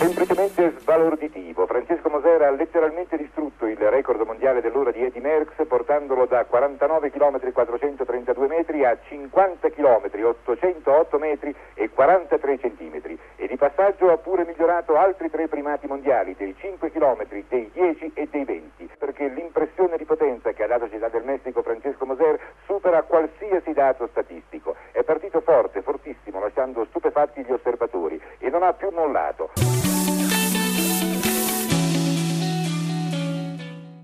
Semplicemente sbalorditivo. Francesco Moser ha letteralmente distrutto il record mondiale dell'ora di Eddy Merckx, portandolo da 49 km 432 metri a 50 km 808 metri e 43 centimetri. E di passaggio ha pure migliorato altri 3 primati mondiali, dei 5 km, dei 10 e dei 20, perché l'impressione di potenza che ha dato Città del Messico Francesco Moser supera qualsiasi dato statistico. È partito forte, fortissimo, lasciando stupefatti gli osservatori e non ha più mollato.